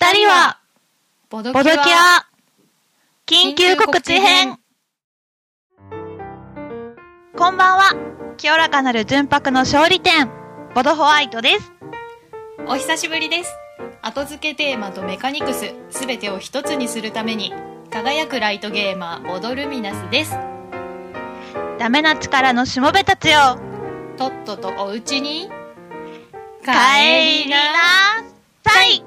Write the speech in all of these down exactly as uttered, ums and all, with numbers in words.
二人はボドキャ緊急告知編。こんばんは。清らかなる純白の勝利点、ボドホワイトです。 お久しぶりです。後付けテーマとメカニクスすべてを一つにするために輝くライトゲーマーボドルミナスです。 ダメな力のしもべたちよ、 とっととおうちに帰りなさい。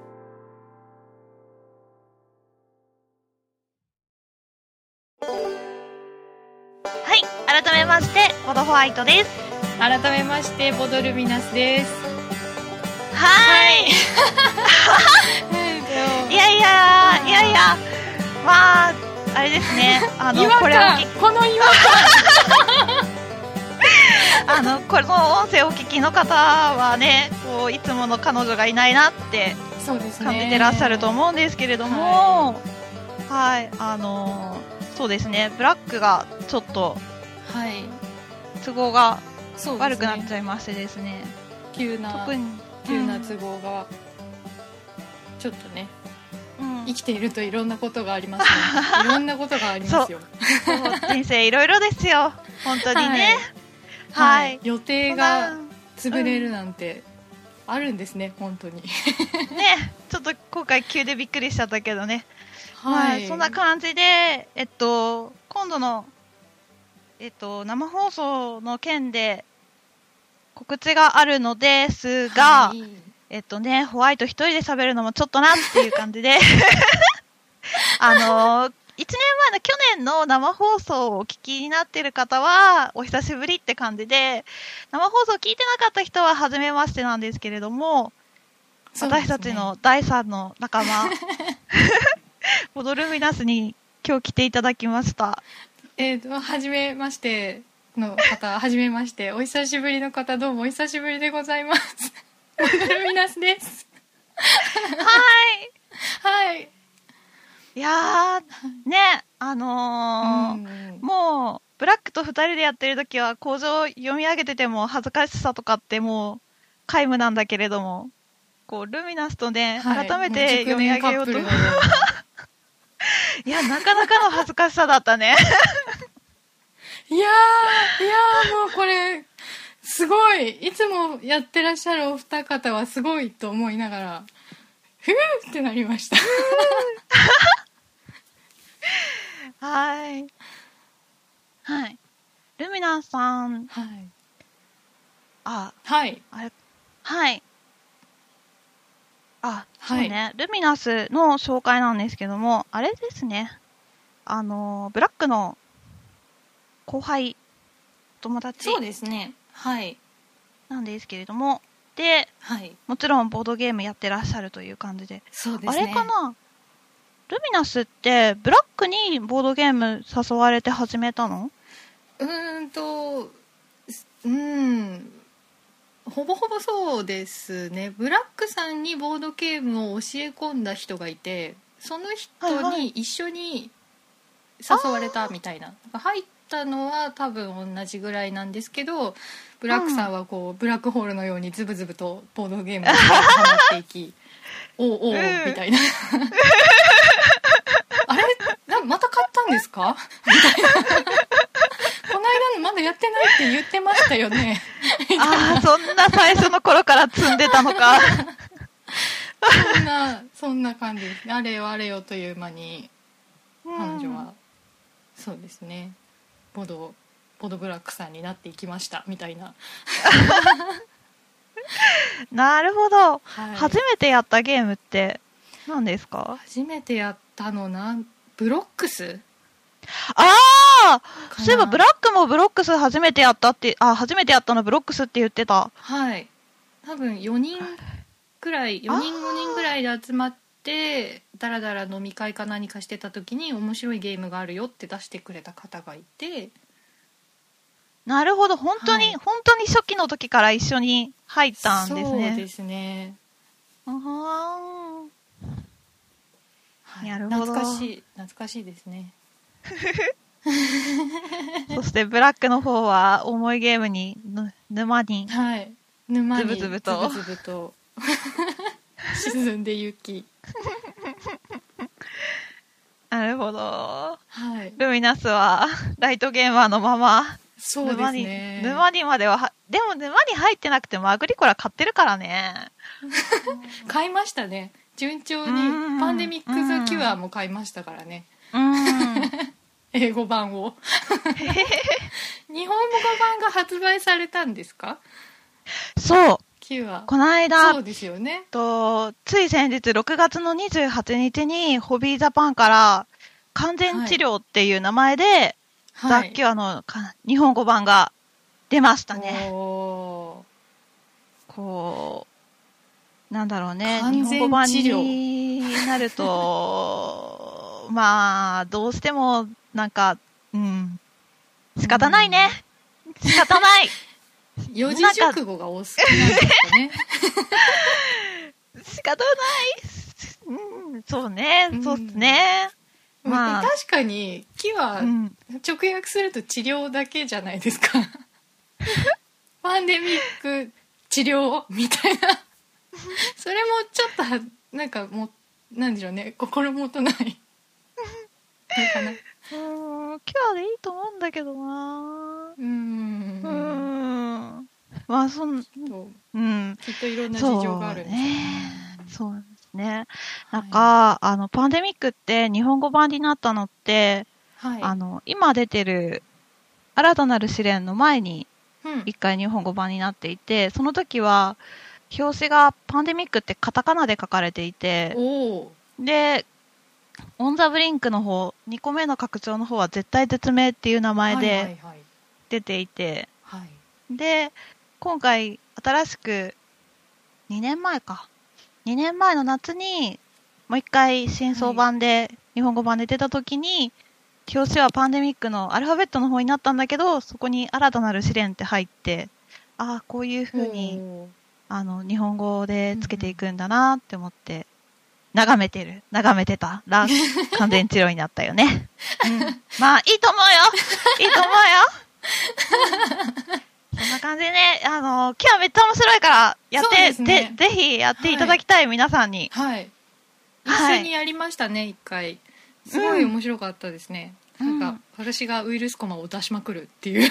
はい、改めましてボドホワイトです。 改めましてボドルミナスです。 はい、いやいやいやいや、まああれですね、あのこれをこの違和感あのこの音声をお聞きの方はね、こういつもの彼女がいないなって感じてらっしゃると思うんですけれども、はい、はい、あのそうですね、ブラックがちょっと都合が悪くなっちゃいましてですね、 急な特に急な都合が、ちょっとね、うん、生きているといろんなことがありますね。いろんなことがありますよ。 そうそう人生いろいろですよ、本当にね。 はい、はい、予定が潰れるなんてあるんですね、うん、本当に。 ね、ちょっと今回急でびっくりしちゃったけどね。はい、まあ、そんな感じで、えっと、今度の、えっと、生放送の件で告知があるのですが、はい、えっとね、ホワイト一人で喋るのもちょっとなっていう感じであのいちねんまえの去年の生放送をお聞きになっている方はお久しぶりって感じで、生放送聞いてなかった人は初めましてなんですけれども、ね、私たちのだいさんの仲間ボドルミナスに今日来ていただきました。 えーと、はじめましての方、はじめまして、お久しぶりの方、どうもお久しぶりでございます。ボドルミナスです。 はいはい。 いやーね、あのーうん、もうブラックとふたりでやってる時は口上読み上げてても恥ずかしさとかってもう皆無なんだけれども、こうルミナスとね、はい、改めて読み上げようといや、なかなかの恥ずかしさだったね。 いやー、いやー、もうこれすごい、いつもやってらっしゃるお二方はすごいと思いながらふーってなりました。 はいはい、ルミナスさん、 はい、 あ、 はい、 あれ、はい、あ、そうね、はい、ルミナスの紹介なんですけども、あれですね、あのブラックの後輩、友達、 そうですね、はい、 なんですけれども、で、はい、もちろんボードゲームやってらっしゃるという感じで、 そうですね、 あれかな、ルミナスってブラックにボードゲーム誘われて始めたの？ うーんとうんほぼほぼそうですね。ブラックさんにボードゲームを教え込んだ人がいて、その人に一緒に誘われたみたいな、はいはい、入ったのは多分同じぐらいなんですけど、ブラックさんはこう、うん、ブラックホールのようにズブズブとボードゲームにハマっていきおうおう、うん、みたいなあれな、また買ったんですかみたいなこの間のまだやってないって言ってましたよねああ、そんな最初の頃から積んでたのかそんなそんな感じですね。あれよあれよという間に彼女は、うん、そうですね、ボドボドブラックさんになっていきましたみたいななるほど、はい、初めてやったゲームって何ですか？ 初めてやったのなんブロックス？ ああ、そういえばブラックもブロックス初めてやったって、あ、初めてやったのブロックスって言ってた。 はい、多分よにんくらい、よにんごにんぐらいで集まってだらだら飲み会か何かしてた時に面白いゲームがあるよって出してくれた方がいて。 なるほど、本当に、はい、本当に初期の時から一緒に入ったんですね。 そうですね。 あはー、なるほど。 懐かしい、懐かしいですね。 そしてブラックの方は重いゲームに沼に、 はい、沼にズブズブとズブズブと沈んでゆき。 なるほど。 はい。 ルミナスはライトゲーマーのまま。 そうですね。 沼に、沼にまではは、でも沼に入ってなくてもアグリコラ買ってるからね。 買いましたね。順調に。パンデミック・ザ・キュアも買いましたからね。 うん。 英語版を。日本語版が発売されたんですか？ そう。 キュア。 この間、 そうですよね。 と、つい先日ろくがつのにじゅうはちにちにホビージャパンから完全治療っていう名前で、はい、ザ・キュアの日本語版が出ましたね。おこう、なんだろうね。日本語版になると、まあ、どうしても、なんか、うん、仕方ないね。うん、仕方ない。 四字熟語が多すぎなんですかね。 仕方ない。うん、そうね、そうですね。 うん、まあ、確かに木は直訳すると治療だけじゃないですか。パンデミック治療みたいな。それもちょっとなんかもうなんでしょうね、心もとない。のかな。うん、 今日でいいと思うんだけどな。 うーん。 うーん。まあそん、 うん。きっといろんな事情があるんですよね。 そうですね。なんか、はい、あのパンデミックって日本語版になったのって、はい、あの今出てる新たなる試練の前に一回日本語版になっていて、うん、その時は表紙がパンデミックってカタカナで書かれていて、でオンザブリンクの方、にこめの拡張の方は絶対絶命っていう名前で出ていて、はいはいはい、で、今回新しくにねんまえか。にねんまえの夏にもう一回新装版で、はい、日本語版で出た時に、表紙はパンデミックのアルファベットの方になったんだけど、そこに新たなる試練って入って、ああ、こういう風にあの日本語でつけていくんだなって思って、眺めてる、眺めてたら完全治療になったよね。うん、まあ、いいと思うよいいと思うよ、うん、そんな感じでね、あの、今日はめっちゃ面白いから、やって、ね、ぜ、ぜひやっていただきたい、はい、皆さんに。 はい。一緒にやりましたね、一回。すごい面白かったですね。うん、なんか、私がウイルスコマを出しまくるっていう。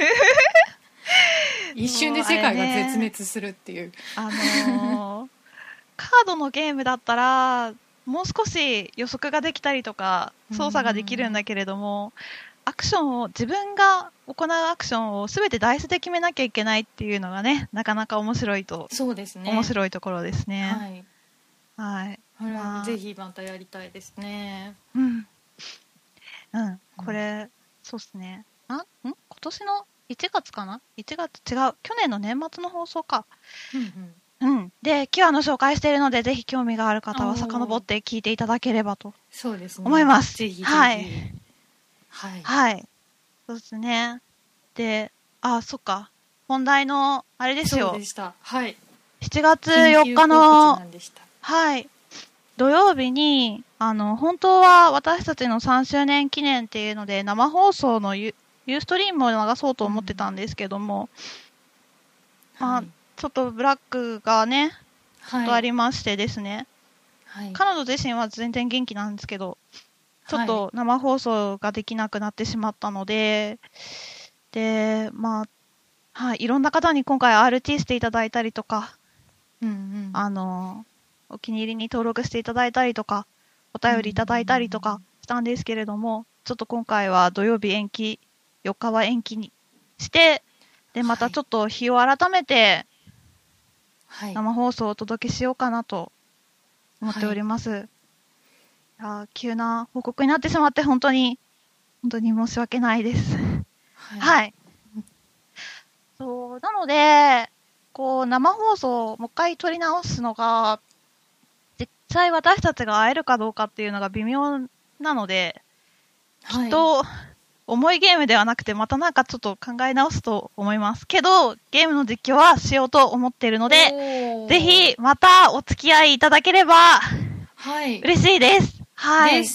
一瞬で世界が絶滅するっていう。 あのー、カードのゲームだったら、もう少し予測ができたりとか、操作ができるんだけれども、アクションを、自分が行うアクションを全てダイスで決めなきゃいけないっていうのがね、なかなか面白いと。 そうですね。 面白いところですね。はい。はい。 まあ、ぜひまたやりたいですね。 うん。うん。これ、うん、そうですね。あ、ん今年のいちがつかな ?いち 月、違う。去年の年末の放送か。うんうん。うん。で、キュアの紹介しているので、ぜひ興味がある方は遡って聞いていただければと。 そうですね。 思います。 ぜひぜひ。 はい。 はい。 はい。そうですね。で、あ、そっか。本題の、あれですよ。 そうでした。はい。 しちがつよっかの、はい。土曜日に、あの、本当は私たちのさんしゅうねん記念っていうので、生放送のユーストリームを流そうと思ってたんですけども、うん、まあ、はい、ちょっとブラックがね、ちょっとありましてですね、はい、彼女自身は全然元気なんですけど、ちょっと生放送ができなくなってしまったので、で、まあ、はい、いろんな方に今回 アールティー していただいたりとか、うんうん、あの、お気に入りに登録していただいたりとか、お便りいただいたりとかしたんですけれども、ちょっと今回は土曜日延期、よっかは延期にして、で、またちょっと日を改めて、生放送をお届けしようかなと思っております。はい、あ、急な報告になってしまって本当に、本当に申し訳ないです。はい。はい、そう、なので、こう、生放送をもう一回撮り直すのが、実際私たちが会えるかどうかっていうのが微妙なので、はい、きっと、重いゲームではなくて、またなんかちょっと考え直すと思いますけど、ゲームの実況はしようと思っているので、ぜひまたお付き合いいただければ、はい、嬉しいです。はい。です。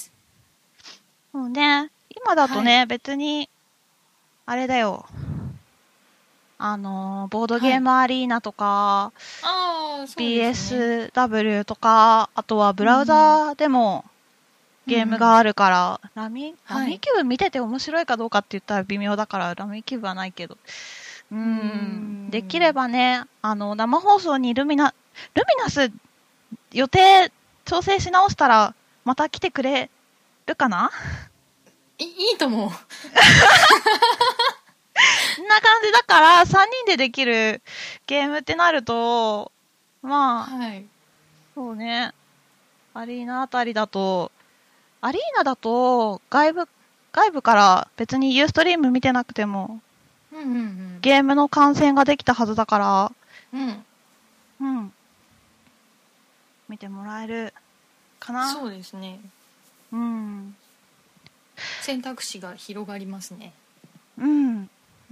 もうね、今だとね、はい、別に、あれだよ。 あのボードゲームアリーナとか、 ああ、そうですね。 ビーエスダブリュー とか、あとはブラウザーでもゲームがあるから、うん、ラミ、ラミキューブ見てて面白いかどうかって言ったら微妙だから、ラミキューブはないけど。うん、うんできればね、あの、生放送にルミナ、ルミナス予定調整し直したら、また来てくれるかないいいと思う。 そんな感じだから、さんにんでできるゲームってなると、まあ、 はい、 そうね、アリーナあたりだと、アリーナだと、外部、外部から別にユーストリーム見てなくても、 うんうんうん、 ゲームの観戦ができたはずだから、 うん。 うん。見てもらえるかな。 そうですね。 うん。 選択肢が広がりますね。 うん。うんうん。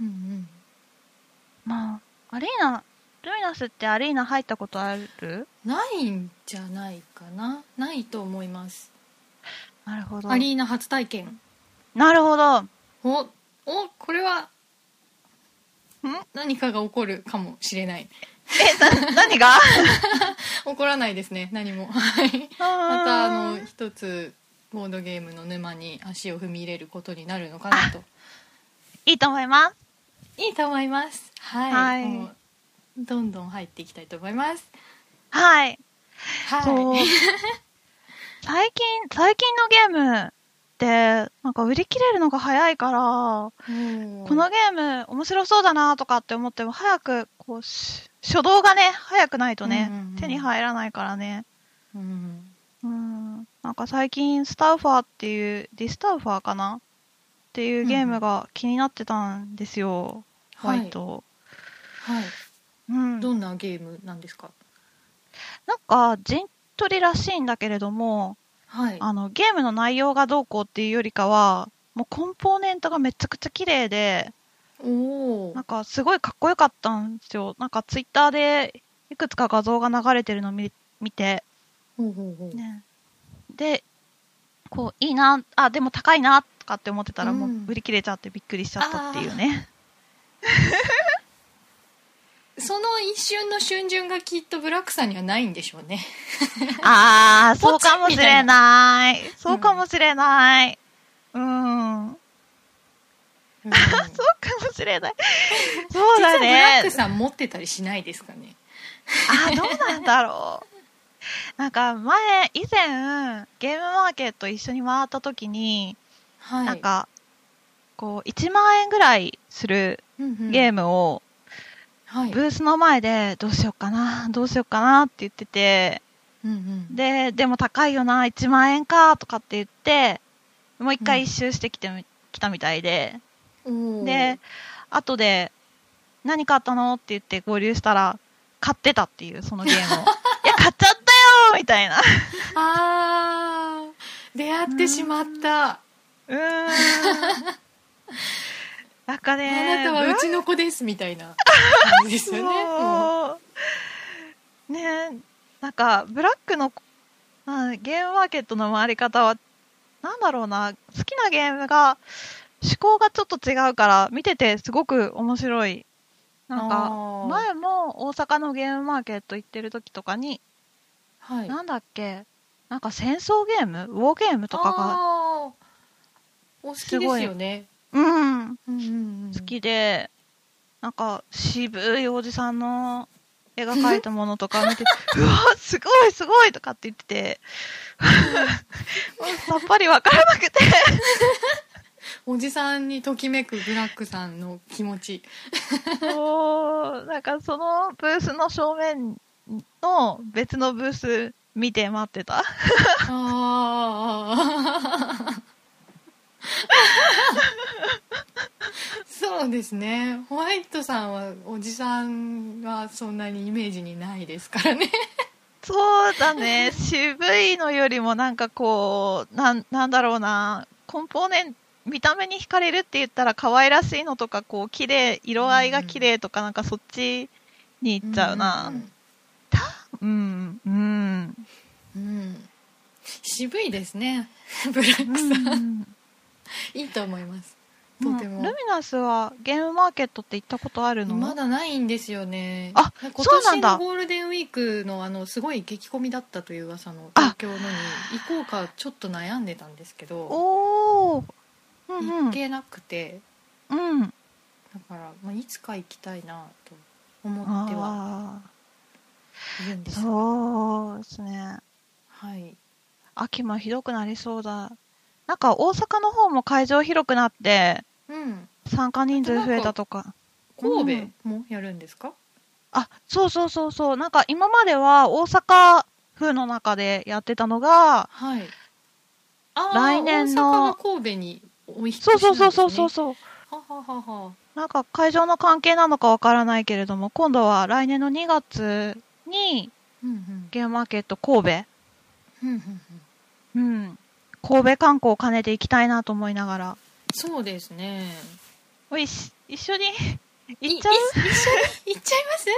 まあ、アリーナ、ルミナスってアリーナ入ったことある？ ないんじゃないかな。ないと思います。 なるほど。 アリーナ初体験。 なるほど。 お、お、これは、 ん何かが起こるかもしれない。 え、な、何が起こらないですね、何も。はい。また、あの、一つ、ボードゲームの沼に足を踏み入れることになるのかなと。 いいと思います。 いいと思います。はい。はい、もうどんどん入っていきたいと思います。 はい。 はい。 そう最近、最近のゲームって、なんか売り切れるのが早いから、このゲーム面白そうだなとかって思っても、早く、こう、初動がね、早くないとね、うんうんうん、手に入らないからね。うん、うん。なんか最近、スタウファーっていう、ディスタウファーかなっていうゲームが気になってたんですよ、ホワイト。 はい。はい、うん。どんなゲームなんですか？ なんか、陣取りらしいんだけれども、はい、あのゲームの内容がどうこうっていうよりかは、もうコンポーネントがめちゃくちゃ綺麗で、おなんかすごいかっこよかったんですよ。なんかツイッターでいくつか画像が流れてるのを 見, 見て、ほうほうほうね、で、こういいな、あ、でも高いなとかって思ってたら、もう売り切れちゃってびっくりしちゃったっていうね。 その一瞬の瞬順がきっとブラックさんにはないんでしょうね。 ああ、そうかもしれない。そうかもしれない。うん。うん、そうかもしれない。そうだね。実はブラックさん持ってたりしないですかね。 あ、どうなんだろう。なんか前、以前、ゲームマーケット一緒に回った時に、はい、なんか、こう、いちまんえんぐらいするゲームを、はい、ブースの前でどうしようかなどうしようかなって言ってて、うんうん、ででも高いよないちまんえんかとかって言ってもう一回一周してきて、うん、来たみたいで、で後で何買ったのって言って合流したら買ってたっていうそのゲームをいや買っちゃったよみたいなあー出会ってしまったうーんなんかね、 あなたはうちの子ですみたいな感じですよね。 うん、ね、なんかブラックのゲームマーケットの回り方はなんだろうな、好きなゲームが趣向がちょっと違うから見ててすごく面白い。なんか前も大阪のゲームマーケット行ってる時とかに、はい、なんだっけ、なんか戦争ゲーム、ウォーゲームとかがお好きですよね。 うん、うんうん、好きで、なんか渋いおじさんの絵が描いたものとか見てうわすごいすごいとかって言っててもうさっぱり分からなくておじさんにときめくブラックさんの気持ちそうなんかそのブースの正面の別のブース見て待ってたああそうですね。ホワイトさんはおじさんはそんなにイメージにないですからねそうだね。渋いのよりもなんかこう、なん、なんだろうな、コンポーネント、見た目に惹かれるって言ったら可愛らしいのとか、こう、綺麗、色合いが綺麗とか、なんかそっちに行っちゃうな。うん、うん、うん。 うん。渋いですね、ブラックさん。うん、いいと思います。 とても、 うん、ルミナスはゲームマーケットって行ったことあるの？ まだないんですよね。 あ、 今そうなんだ。 年のゴールデンウィークのあのすごい激混みだったという噂の東京のに行こうかちょっと悩んでたんですけど、 おー、うんうん、 行けなくて、 うん、 だから、まあ、いつか行きたいなと思ってはいるんですが、 そうですね。 はい、 秋もひどくなりそうだ。なんか大阪の方も会場広くなって、 うん、 参加人数増えたとか。 神戸もやるんですか？うん、 あ、そうそうそうそう。なんか今までは大阪府の中でやってたのが、 はい、あ来年の大阪が神戸にお引っ越しなんですね。 そうそうそうそうそう。 はははは。 なんか会場の関係なのかわからないけれども、今度は来年のにがつにゲームマーケット神戸、 うんうんうん、神戸観光を兼ねて行きたいなと思いながら。 そうですね。 おいし一緒に行っちゃう？ 一緒に行っちゃいます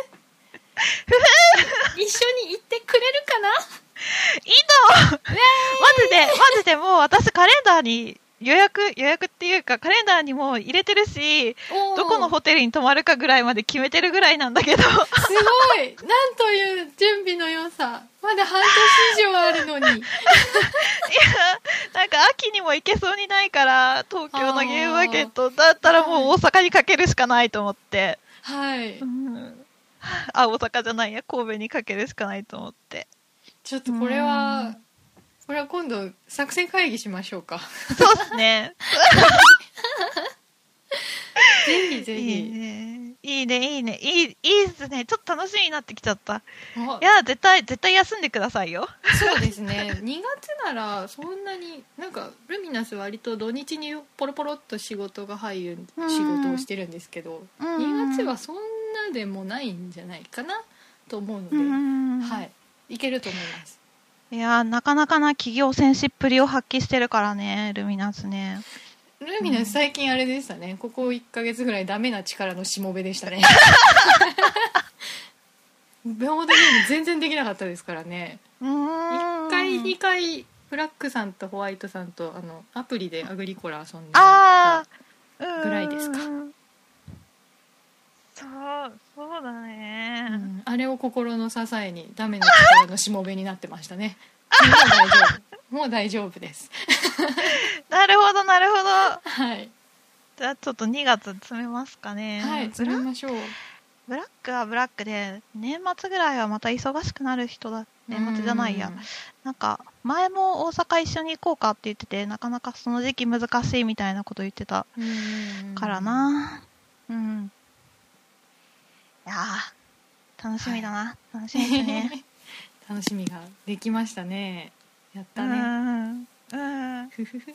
一緒に行ってくれるかな？いいいのマジで、マジでもう私カレンダーに予約、予約っていうかカレンダーにも入れてるし、どこのホテルに泊まるかぐらいまで決めてるぐらいなんだけど。すごいなんという準備の良さ。まだ半年以上あるのに。いや、 なんか秋にも行けそうにないから、東京のゲームマーケットだったらもう大阪にかけるしかないと思って。 はい。 うん、あ、大阪じゃないや、神戸にかけるしかないと思って。 ちょっとこれは、これは今度作戦会議しましょうか。 そうですね。 ぜひぜひ。 いいね。いいね、いいね。いい、いいですね。ちょっと楽しみになってきちゃった。いや、絶対、絶対休んでくださいよ。 そうですね。にがつなら、そんなに、なんか、ルミナス割と土日にポロポロっと仕事が入る仕事をしてるんですけど、にがつはそんなでもないんじゃないかなと思うので、はい。いけると思います。 いや、なかなかな企業戦士っぷりを発揮してるからね、ルミナスね。 ルミナス最近あれでしたね、ここいっかげつぐらいダメな力のしもべでしたね。ボードゲーム全然できなかったですからね。いっかいにかいブラックさんとホワイトさんとあのアプリでアグリコラ遊んでたぐらいですか。 そうそうだね、 うん、あれを心の支えにダメな力のしもべになってましたね。もう大丈夫もう大丈夫です。 なるほどなるほど。 はい、 じゃあちょっとにがつ詰めますかね。 はい、詰めましょう。 ブラックはブラックで年末ぐらいはまた忙しくなる人だ。年末じゃないや、なんか前も大阪一緒に行こうかって言ってて、なかなかその時期難しいみたいなこと言ってたからな。うん、いやー楽しみだな、はい、楽しみですね。 楽しみができましたね。やったね。 うんうんふふふ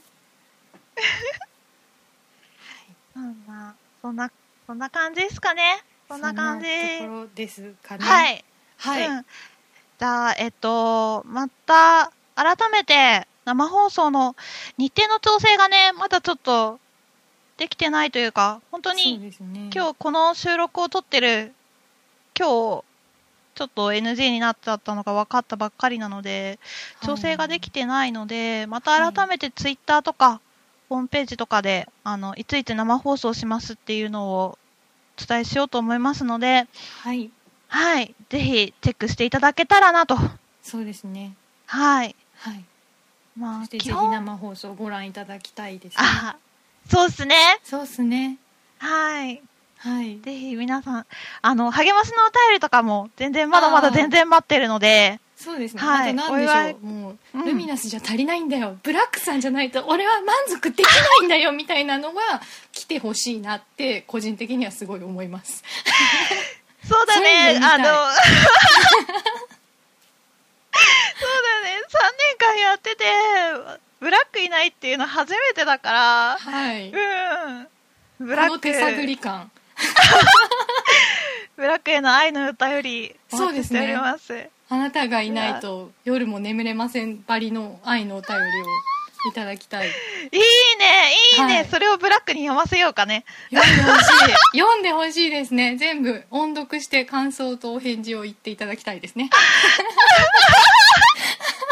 そんなそんなそんな感じですかね。そんな感じ。 そんなところですかね。 はいはい、 うん、じゃあえっとまた改めて生放送の日程の調整がねまだちょっとできてないというか、本当に、ね、今日この収録を撮ってる今日ちょっと エヌジー になっちゃったのが分かったばっかりなので、調整ができてないので、また改めてツイッターとか、ホームページとかで、あの、いついつ生放送しますっていうのをお伝えしようと思いますので、 はい。 はい。ぜひ、チェックしていただけたらなと。 そうですね。 はい。 はい。 まあ、 そしてぜひ生放送をご覧いただきたいですね。 あ、そうですね。 そうですね。 はい。 はい、 ぜひ皆さんあの励ましのお便りとかも全然まだまだ全然待ってるので。 そうですね、はい、あと何でしょう、もう、うん、ルミナスじゃ足りないんだよ、ブラックさんじゃないと俺は満足できないんだよみたいなのが来てほしいなって個人的にはすごい思います。 そうだね、あのそうだね、さんねんかんやっててブラックいないっていうの初めてだから、 はい、 うんブラック、この手探り感ブラックへの愛の歌よりお待ちしております。 ね、あなたがいないと夜も眠れませんばりの愛のお便りをいただきたい。いいねいいね、はい、それをブラックに読ませようかね。 読んでほしい読んでほしいですね。全部音読して感想とお返事を言っていただきたいですね。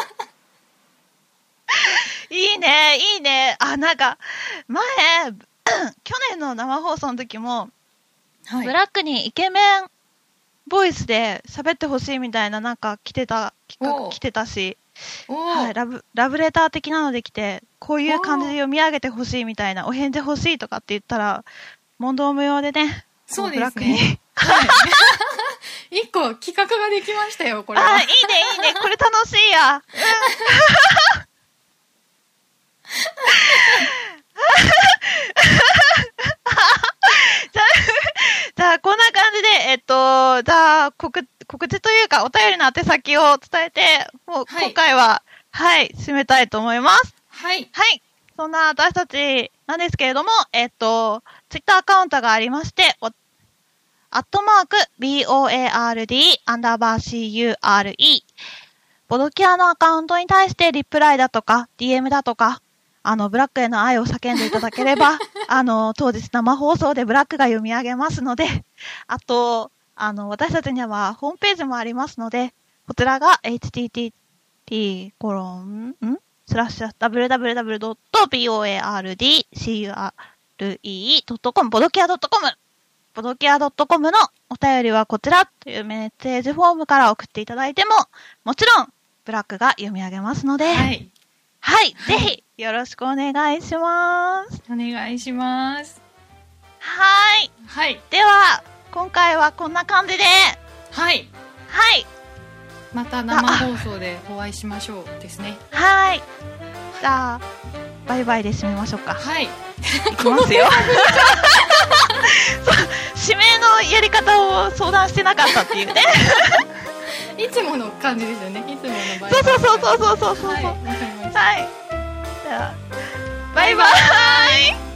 いいねいいね。あ、なんか前去年の生放送の時も、 はい、 ブラックにイケメンボイスで喋ってほしいみたいななんか来てた、企画来てたし、はい、ラブ、ラブレター的なので来て、こういう感じで読み上げてほしいみたいな、お返事欲しいとかって言ったら、問答無用でね、 そうですね。はい。一個企画ができましたよ、これは。 あ、いいね、いいね、これ楽しいや。うんじゃあ、こんな感じで、えっと、じゃあ、告、告知というか、お便りの宛先を伝えて、もう、今回は、はい、はい、締めたいと思います。 はい。 はい。そんな私たちなんですけれども、えっと、ツイッターアカウントがありまして、アットマーク、ボー、アンダーバー シーユーアールイー。ボドキアのアカウントに対してリプライだとか、ディーエム だとか、あの、ブラックへの愛を叫んでいただければ、あの、当日生放送でブラックが読み上げますので、あと、あの、私たちにはホームページもありますので、こちらが エイチティーティーピー コロン、んスラッシュ ダブリューダブリューダブリュードットボーシーユーアールイードットコム ボドキア ドットコム ボドキア ドットコム のお便りはこちらというメッセージフォームから送っていただいても、もちろん、ブラックが読み上げますので、はい。はい。ぜひ、よろしくお願いします。 お願いします。 はい。 はい。 では、今回はこんな感じで、 はい。 はい。 また生放送でお会いしましょうですね。 はい。じゃあ、バイバイで締めましょうか。 はい。 いきますよ。締めのやり方を相談してなかったっていうね。 いつもの感じですよね。いつものバイバイ。 そうそうそうそうそうそうそう。 はい。わかりました。 はい。じゃあ、バイバイ。